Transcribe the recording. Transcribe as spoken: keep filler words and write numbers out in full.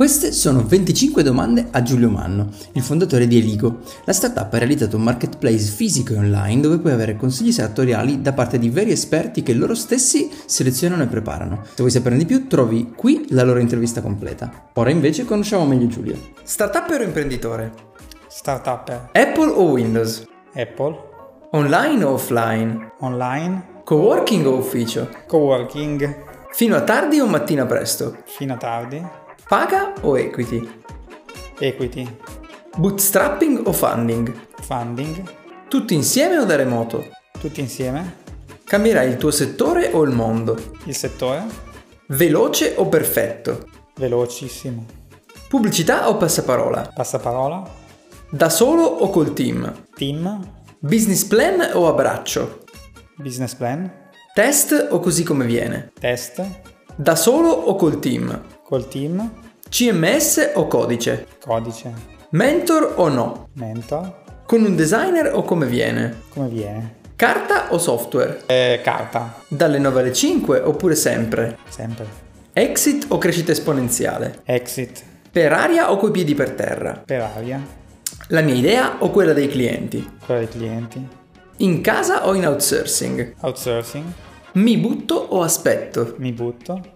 Queste sono venticinque domande a Giulio Manno, il fondatore di Eligo. La startup ha realizzato un marketplace fisico e online dove puoi avere consigli sartoriali da parte di veri esperti che loro stessi selezionano e preparano. Se vuoi saperne di più, trovi qui la loro intervista completa. Ora invece conosciamo meglio Giulio. Startupper o imprenditore? Startupper. Apple o Windows? Apple. Online o offline? Online. Coworking o ufficio? Coworking. Fino a tardi o mattina presto? Fino a tardi. Paga o equity? Equity. Bootstrapping o funding? Funding. Tutti insieme o da remoto? Tutti insieme. Cambierai il tuo settore o il mondo? Il settore. Veloce o perfetto? Velocissimo. Pubblicità o passaparola? Passaparola. Da solo o col team? Team. Business plan o a braccio? Business plan. Test o così come viene? Test. Da solo o col team? Col team. C M S o codice? Codice. Mentor o no? Mentor. Con un designer o come viene? Come viene? Carta o software? Eh, carta. Dalle nove alle cinque oppure sempre? Sempre. Exit o crescita esponenziale? Exit. Per aria o coi piedi per terra? Per aria. La mia idea o quella dei clienti? Quella dei clienti. In casa o in outsourcing? Outsourcing. Mi butto o aspetto? Mi butto.